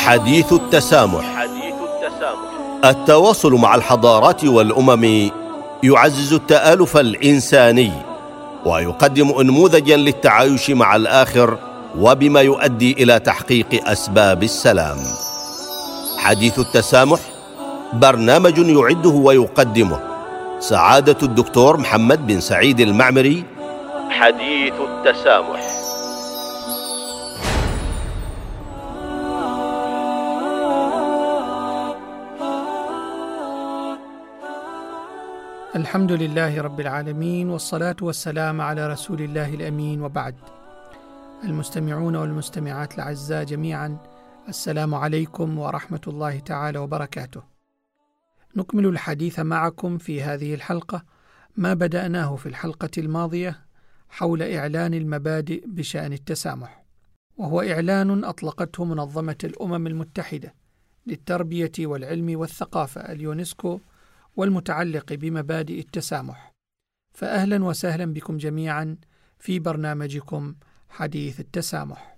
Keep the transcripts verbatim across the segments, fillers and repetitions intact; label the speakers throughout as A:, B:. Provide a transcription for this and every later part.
A: حديث التسامح. حديث التسامح. التواصل مع الحضارات والأمم يعزز التآلف الإنساني ويقدم أنموذجا للتعايش مع الآخر وبما يؤدي إلى تحقيق أسباب السلام. حديث التسامح برنامج يعده ويقدمه سعادة الدكتور محمد بن سعيد المعمري. حديث التسامح.
B: الحمد لله رب العالمين، والصلاة والسلام على رسول الله الأمين، وبعد. المستمعون والمستمعات الأعزاء جميعا، السلام عليكم ورحمة الله تعالى وبركاته. نكمل الحديث معكم في هذه الحلقة ما بدأناه في الحلقة الماضية حول إعلان المبادئ بشأن التسامح، وهو إعلان أطلقته منظمة الأمم المتحدة للتربية والعلم والثقافة اليونسكو، والمتعلق بمبادئ التسامح. فأهلا وسهلا بكم جميعا في برنامجكم حديث التسامح.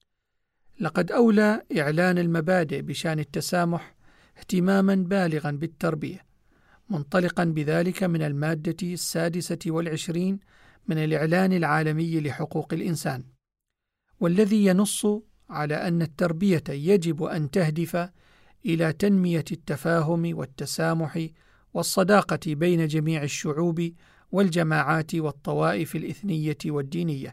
B: لقد أولى إعلان المبادئ بشأن التسامح اهتماما بالغا بالتربية، منطلقا بذلك من المادة السادسة والعشرين من الإعلان العالمي لحقوق الإنسان، والذي ينص على أن التربية يجب أن تهدف إلى تنمية التفاهم والتسامح والصداقة بين جميع الشعوب والجماعات والطوائف الإثنية والدينية،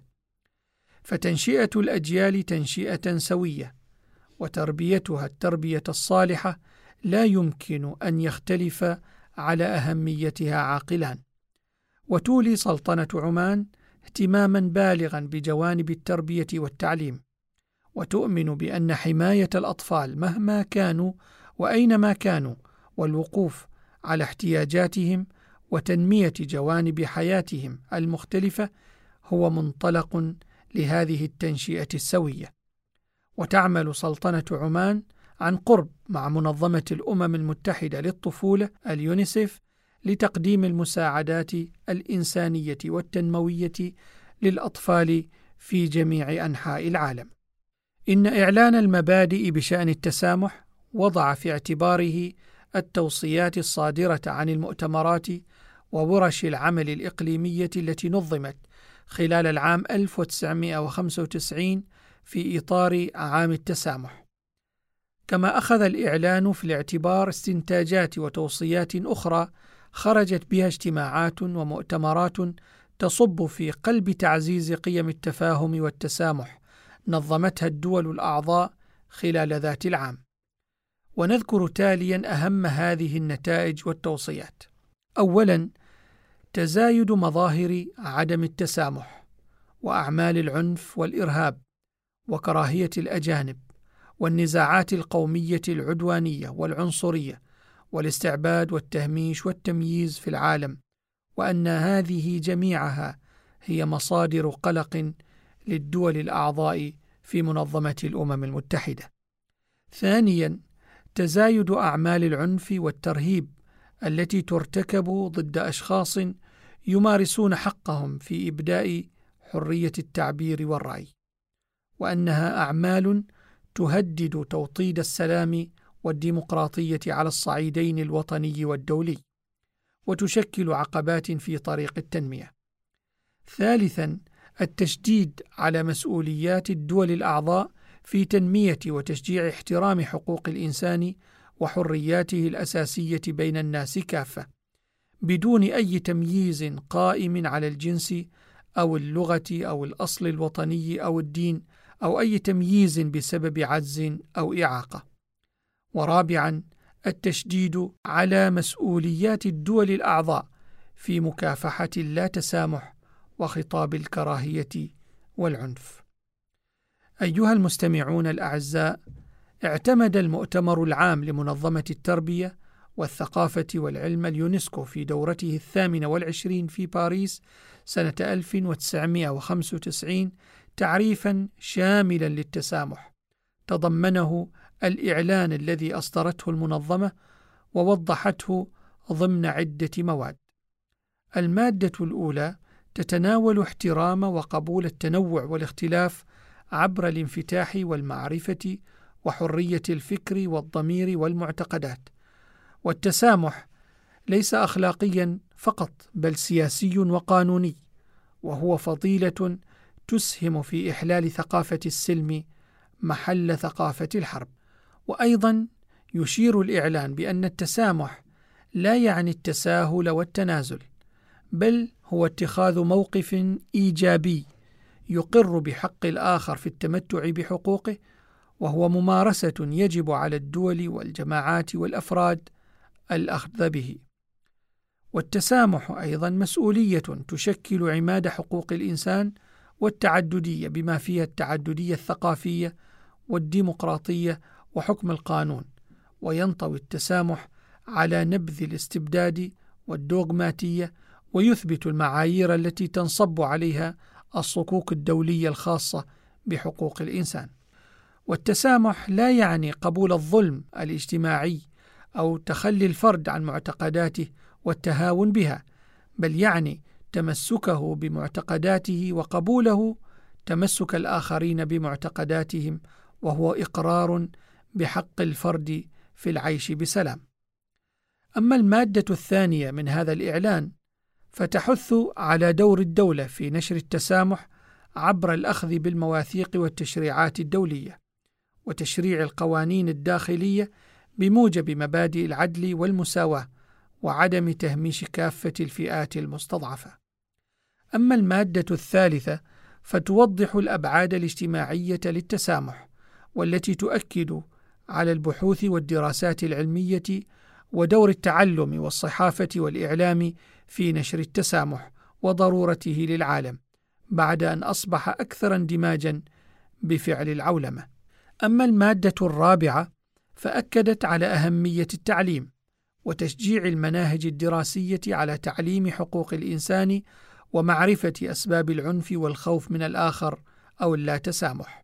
B: فتنشئة الأجيال تنشئة سوية وتربيتها التربية الصالحة لا يمكن أن يختلف على أهميتها عاقلان. وتولي سلطنة عمان اهتماما بالغا بجوانب التربية والتعليم، وتؤمن بأن حماية الأطفال مهما كانوا وأينما كانوا والوقوف على احتياجاتهم وتنمية جوانب حياتهم المختلفة هو منطلق لهذه التنشئة السوية. وتعمل سلطنة عمان عن قرب مع منظمة الأمم المتحدة للطفولة اليونيسيف لتقديم المساعدات الإنسانية والتنموية للأطفال في جميع أنحاء العالم. إن إعلان المبادئ بشأن التسامح وضع في اعتباره التوصيات الصادرة عن المؤتمرات وورش العمل الإقليمية التي نظمت خلال العام ألف وتسعمائة وخمسة وتسعين في إطار عام التسامح، كما أخذ الإعلان في الاعتبار استنتاجات وتوصيات أخرى خرجت بها اجتماعات ومؤتمرات تصب في قلب تعزيز قيم التفاهم والتسامح نظمتها الدول الأعضاء خلال ذات العام. ونذكر تاليا أهم هذه النتائج والتوصيات. أولا، تزايد مظاهر عدم التسامح وأعمال العنف والإرهاب وكراهية الأجانب والنزاعات القومية العدوانية والعنصرية والاستعباد والتهميش والتمييز في العالم، وأن هذه جميعها هي مصادر قلق للدول الأعضاء في منظمة الأمم المتحدة. ثانيا، تزايد أعمال العنف والترهيب التي ترتكب ضد أشخاص يمارسون حقهم في إبداء حرية التعبير والرأي، وأنها أعمال تهدد توطيد السلام والديمقراطية على الصعيدين الوطني والدولي، وتشكل عقبات في طريق التنمية. ثالثا، التشديد على مسؤوليات الدول الأعضاء في تنمية وتشجيع احترام حقوق الإنسان وحرياته الأساسية بين الناس كافة، بدون أي تمييز قائم على الجنس أو اللغة أو الأصل الوطني أو الدين أو أي تمييز بسبب عجز أو إعاقة. ورابعا، التشديد على مسؤوليات الدول الأعضاء في مكافحة اللا تسامح وخطاب الكراهية والعنف. أيها المستمعون الأعزاء، اعتمد المؤتمر العام لمنظمة التربية والثقافة والعلم اليونسكو في دورته الثامنة والعشرين في باريس سنة ألف وتسعمائة وخمسة وتسعين تعريفا شاملا للتسامح تضمنه الإعلان الذي أصدرته المنظمة ووضحته ضمن عدة مواد. المادة الأولى تتناول احترام وقبول التنوع والاختلاف عبر الانفتاح والمعرفة وحرية الفكر والضمير والمعتقدات. والتسامح ليس أخلاقيا فقط، بل سياسي وقانوني، وهو فضيلة تسهم في إحلال ثقافة السلم محل ثقافة الحرب. وأيضا يشير الإعلان بأن التسامح لا يعني التساهل والتنازل، بل هو اتخاذ موقف إيجابي يقر بحق الآخر في التمتع بحقوقه، وهو ممارسة يجب على الدول والجماعات والأفراد الأخذ به. والتسامح أيضا مسؤولية تشكل عماد حقوق الإنسان والتعددية، بما فيها التعددية الثقافية والديمقراطية وحكم القانون. وينطوي التسامح على نبذ الاستبداد والدوغماتية، ويثبت المعايير التي تنصب عليها الصكوك الدولية الخاصة بحقوق الإنسان. والتسامح لا يعني قبول الظلم الاجتماعي أو تخلي الفرد عن معتقداته والتهاون بها، بل يعني تمسكه بمعتقداته وقبوله تمسك الآخرين بمعتقداتهم، وهو إقرار بحق الفرد في العيش بسلام. أما المادة الثانية من هذا الإعلان فتحث على دور الدولة في نشر التسامح عبر الأخذ بالمواثيق والتشريعات الدولية وتشريع القوانين الداخلية بموجب مبادئ العدل والمساواة وعدم تهميش كافة الفئات المستضعفة. أما المادة الثالثة فتوضح الأبعاد الاجتماعية للتسامح، والتي تؤكد على البحوث والدراسات العلمية ودور التعلم والصحافة والإعلام في نشر التسامح وضرورته للعالم بعد أن أصبح أكثر اندماجا بفعل العولمة. أما المادة الرابعة فأكدت على أهمية التعليم وتشجيع المناهج الدراسية على تعليم حقوق الإنسان ومعرفة أسباب العنف والخوف من الآخر أو اللا تسامح.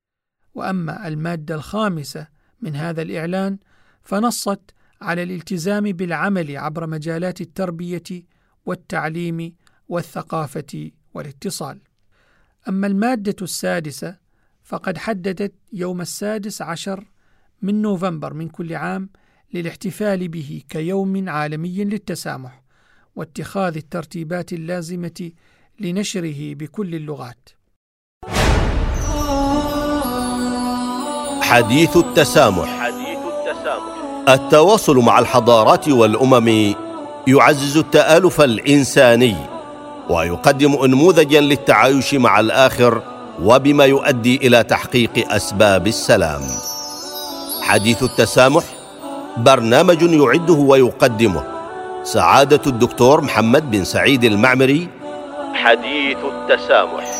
B: وأما المادة الخامسة من هذا الإعلان فنصت على الالتزام بالعمل عبر مجالات التربية والتعليم والثقافة والاتصال. أما المادة السادسة فقد حددت يوم السادس عشر من نوفمبر من كل عام للاحتفال به كيوم عالمي للتسامح، واتخاذ الترتيبات اللازمة لنشره بكل اللغات.
A: حديث التسامح. حديث التسامح. التواصل مع الحضارات والأمم يعزز التآلف الإنساني ويقدم أنموذجا للتعايش مع الآخر، وبما يؤدي إلى تحقيق أسباب السلام. حديث التسامح برنامج يعده ويقدمه سعادة الدكتور محمد بن سعيد المعمري. حديث التسامح.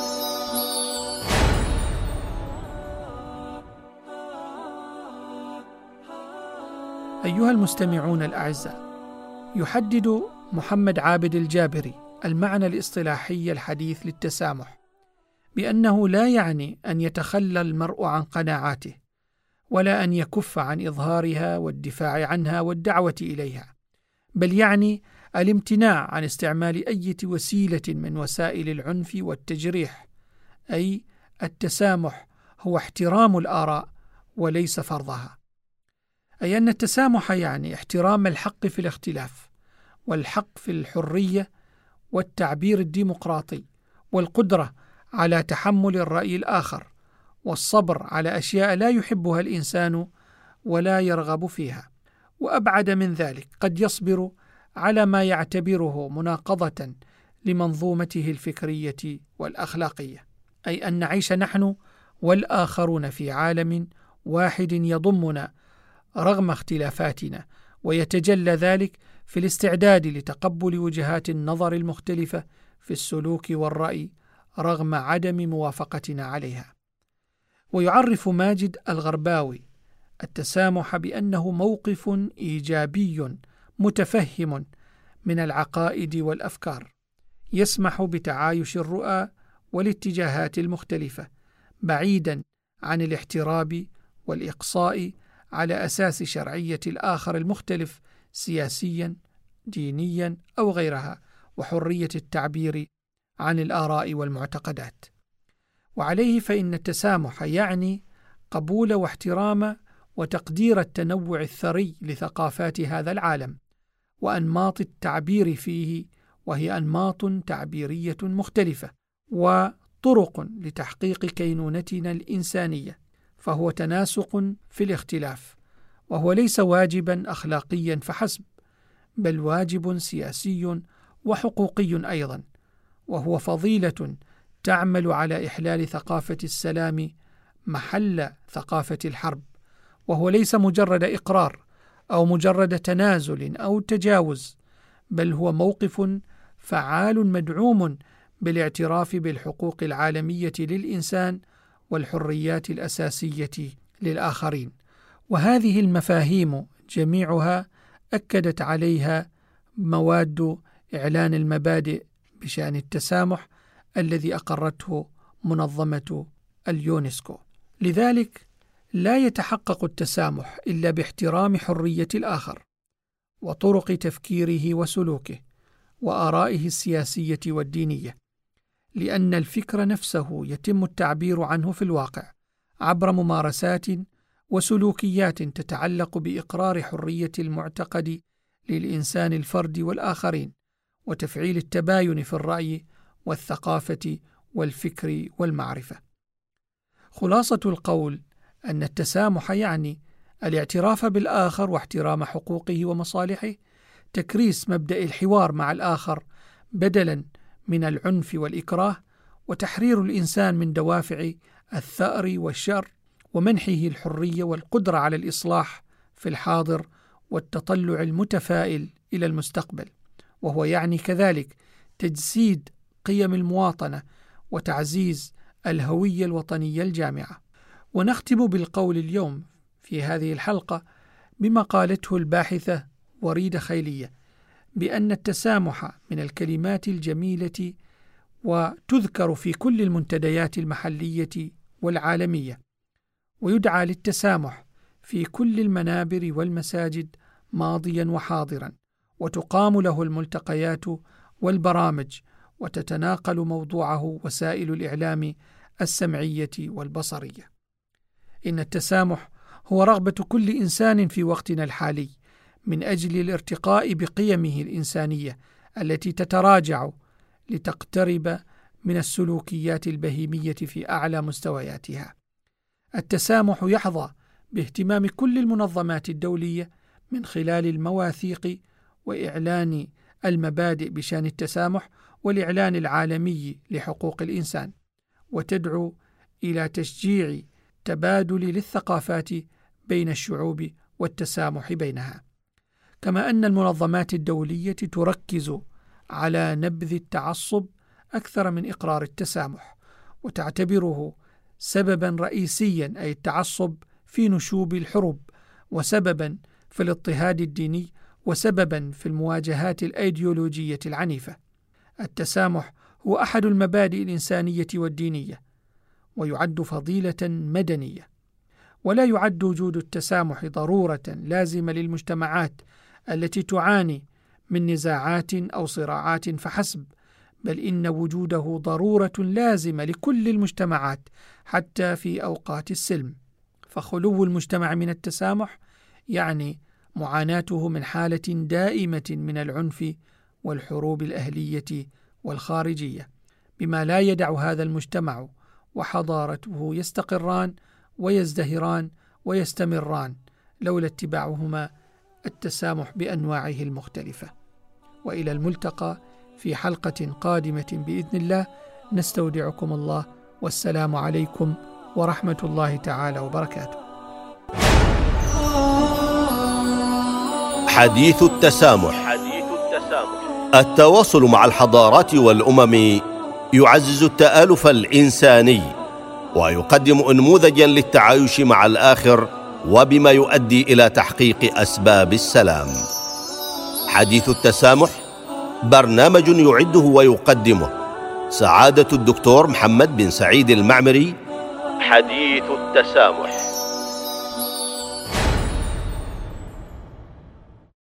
B: أيها المستمعون الأعزاء، يحدد محمد عابد الجابري المعنى الاصطلاحي الحديث للتسامح بأنه لا يعني أن يتخلى المرء عن قناعاته، ولا أن يكف عن إظهارها والدفاع عنها والدعوة إليها، بل يعني الامتناع عن استعمال أي وسيلة من وسائل العنف والتجريح. أي التسامح هو احترام الآراء وليس فرضها. أي أن التسامح يعني احترام الحق في الاختلاف، والحق في الحرية والتعبير الديمقراطي، والقدرة على تحمل الرأي الآخر، والصبر على أشياء لا يحبها الإنسان ولا يرغب فيها. وأبعد من ذلك قد يصبر على ما يعتبره مناقضة لمنظومته الفكرية والأخلاقية، أي أن نعيش نحن والآخرون في عالم واحد يضمنا رغم اختلافاتنا، ويتجلى ذلك في الاستعداد لتقبل وجهات النظر المختلفة في السلوك والرأي رغم عدم موافقتنا عليها. ويعرف ماجد الغرباوي التسامح بأنه موقف إيجابي متفهم من العقائد والأفكار، يسمح بتعايش الرؤى والاتجاهات المختلفة بعيدا عن الاحتراب والإقصاء على أساس شرعية الآخر المختلف سياسيا، دينيا أو غيرها، وحرية التعبير عن الآراء والمعتقدات. وعليه فإن التسامح يعني قبول واحترام وتقدير التنوع الثري لثقافات هذا العالم وأنماط التعبير فيه، وهي أنماط تعبيرية مختلفة وطرق لتحقيق كينونتنا الإنسانية، فهو تناسق في الاختلاف، وهو ليس واجبا أخلاقيا فحسب، بل واجب سياسي وحقوقي أيضا، وهو فضيلة تعمل على إحلال ثقافة السلام محل ثقافة الحرب، وهو ليس مجرد إقرار أو مجرد تنازل أو تجاوز، بل هو موقف فعال مدعوم بالاعتراف بالحقوق العالمية للإنسان والحريات الأساسية للآخرين. وهذه المفاهيم جميعها أكدت عليها مواد إعلان المبادئ بشأن التسامح الذي أقرته منظمة اليونسكو. لذلك لا يتحقق التسامح إلا باحترام حرية الآخر وطرق تفكيره وسلوكه وآرائه السياسية والدينية، لأن الفكر نفسه يتم التعبير عنه في الواقع عبر ممارسات وسلوكيات تتعلق بإقرار حرية المعتقد للإنسان الفردي والآخرين، وتفعيل التباين في الرأي والثقافة والفكر والمعرفة. خلاصة القول أن التسامح يعني الاعتراف بالآخر واحترام حقوقه ومصالحه، تكريس مبدأ الحوار مع الآخر بدلاً من العنف والإكراه، وتحرير الإنسان من دوافع الثأر والشر، ومنحه الحرية والقدرة على الإصلاح في الحاضر والتطلع المتفائل إلى المستقبل، وهو يعني كذلك تجسيد قيم المواطنة وتعزيز الهوية الوطنية الجامعة. ونختم بالقول اليوم في هذه الحلقة بما قالته الباحثة وريدة خيلية، بأن التسامح من الكلمات الجميلة وتذكر في كل المنتديات المحلية والعالمية، ويدعى للتسامح في كل المنابر والمساجد ماضيا وحاضرا، وتقام له الملتقيات والبرامج، وتتناقل موضوعه وسائل الإعلام السمعية والبصرية. إن التسامح هو رغبة كل إنسان في وقتنا الحالي من أجل الارتقاء بقيمه الإنسانية التي تتراجع لتقترب من السلوكيات البهيمية في أعلى مستوياتها. التسامح يحظى باهتمام كل المنظمات الدولية من خلال المواثيق وإعلان المبادئ بشأن التسامح والإعلان العالمي لحقوق الإنسان، وتدعو إلى تشجيع تبادل للثقافات بين الشعوب والتسامح بينها. كما أن المنظمات الدولية تركز على نبذ التعصب أكثر من إقرار التسامح، وتعتبره سببا رئيسيا، أي التعصب، في نشوب الحروب، وسببا في الاضطهاد الديني، وسببا في المواجهات الأيديولوجية العنيفة. التسامح هو أحد المبادئ الإنسانية والدينية، ويعد فضيلة مدنية، ولا يعد وجود التسامح ضرورة لازمة للمجتمعات التي تعاني من نزاعات أو صراعات فحسب، بل إن وجوده ضرورة لازمة لكل المجتمعات حتى في أوقات السلم. فخلو المجتمع من التسامح يعني معاناته من حالة دائمة من العنف والحروب الأهلية والخارجية، بما لا يدع هذا المجتمع وحضارته يستقران ويزدهران ويستمران لولا اتباعهما التسامح بأنواعه المختلفة. وإلى الملتقى في حلقة قادمة بإذن الله، نستودعكم الله، والسلام عليكم ورحمة الله تعالى وبركاته.
A: حديث التسامح. حديث التسامح. التواصل مع الحضارات والأمم يعزز التآلف الإنساني، ويقدم أنموذجا للتعايش مع الآخر، وبما يؤدي إلى تحقيق أسباب السلام. حديث التسامح برنامج يعده ويقدمه سعادة الدكتور محمد بن سعيد المعمري. حديث التسامح.